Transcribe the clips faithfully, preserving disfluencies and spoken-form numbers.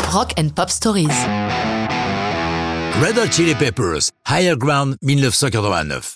Rock and Pop Stories. Red Hot Chili Peppers, Higher Ground dix-neuf cent quatre-vingt-neuf.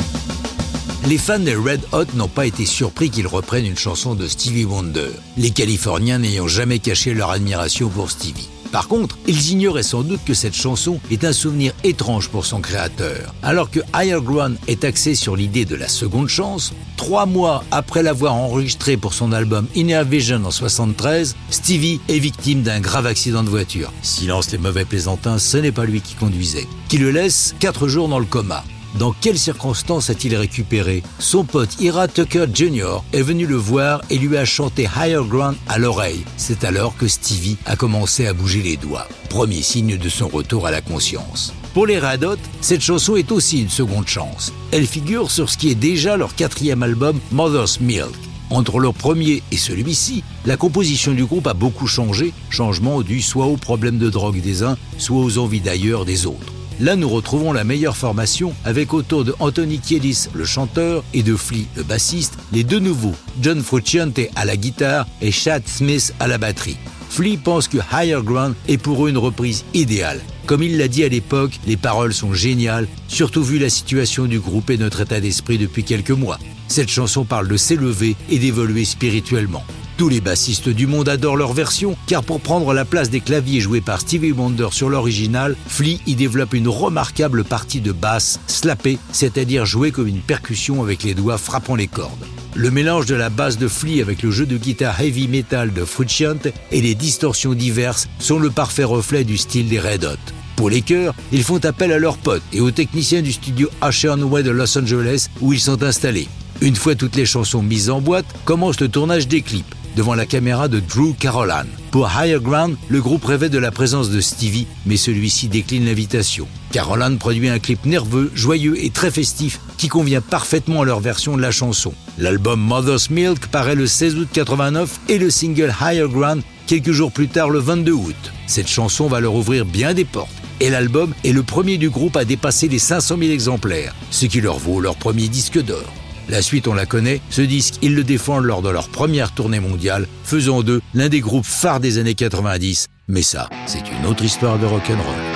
Les fans des Red Hot n'ont pas été surpris qu'ils reprennent une chanson de Stevie Wonder, les Californiens n'ayant jamais caché leur admiration pour Stevie. Par contre, ils ignoraient sans doute que cette chanson est un souvenir étrange pour son créateur. Alors que Higher Ground est axé sur l'idée de la seconde chance, trois mois après l'avoir enregistré pour son album Inner Vision en soixante-treize, Stevie est victime d'un grave accident de voiture. Silence les mauvais plaisantins, ce n'est pas lui qui conduisait. Qui le laisse quatre jours dans le coma. Dans quelles circonstances a-t-il récupéré ? Son pote Ira Tucker junior est venu le voir et lui a chanté Higher Ground à l'oreille. C'est alors que Stevie a commencé à bouger les doigts. Premier signe de son retour à la conscience. Pour les Red Hot, cette chanson est aussi une seconde chance. Elle figure sur ce qui est déjà leur quatrième album Mother's Milk. Entre leur premier et celui-ci, la composition du groupe a beaucoup changé, changement dû soit aux problèmes de drogue des uns, soit aux envies d'ailleurs des autres. Là, nous retrouvons la meilleure formation avec autour de Anthony Kiedis, le chanteur, et de Flea, le bassiste, les deux nouveaux, John Frusciante à la guitare et Chad Smith à la batterie. Flea pense que Higher Ground est pour eux une reprise idéale. Comme il l'a dit à l'époque, les paroles sont géniales, surtout vu la situation du groupe et notre état d'esprit depuis quelques mois. Cette chanson parle de s'élever et d'évoluer spirituellement. Tous les bassistes du monde adorent leur version, car pour prendre la place des claviers joués par Stevie Wonder sur l'original, Flea y développe une remarquable partie de basse slappée, c'est-à-dire jouée comme une percussion avec les doigts frappant les cordes. Le mélange de la basse de Flea avec le jeu de guitare heavy metal de Frusciante et les distorsions diverses sont le parfait reflet du style des Red Hot. Pour les chœurs, ils font appel à leurs potes et aux techniciens du studio Ocean Way de Los Angeles où ils sont installés. Une fois toutes les chansons mises en boîte, commence le tournage des clips, devant la caméra de Drew Carolan. Pour Higher Ground, le groupe rêvait de la présence de Stevie, mais celui-ci décline l'invitation. Carolan produit un clip nerveux, joyeux et très festif qui convient parfaitement à leur version de la chanson. L'album Mother's Milk paraît le seize août quatre-vingt-neuf et le single Higher Ground quelques jours plus tard le vingt-deux août. Cette chanson va leur ouvrir bien des portes. Et l'album est le premier du groupe à dépasser les cinq cent mille exemplaires, ce qui leur vaut leur premier disque d'or. La suite, on la connaît, ce disque, ils le défendent lors de leur première tournée mondiale, faisant d'eux l'un des groupes phares des années quatre-vingt-dix. Mais ça, c'est une autre histoire de rock'n'roll.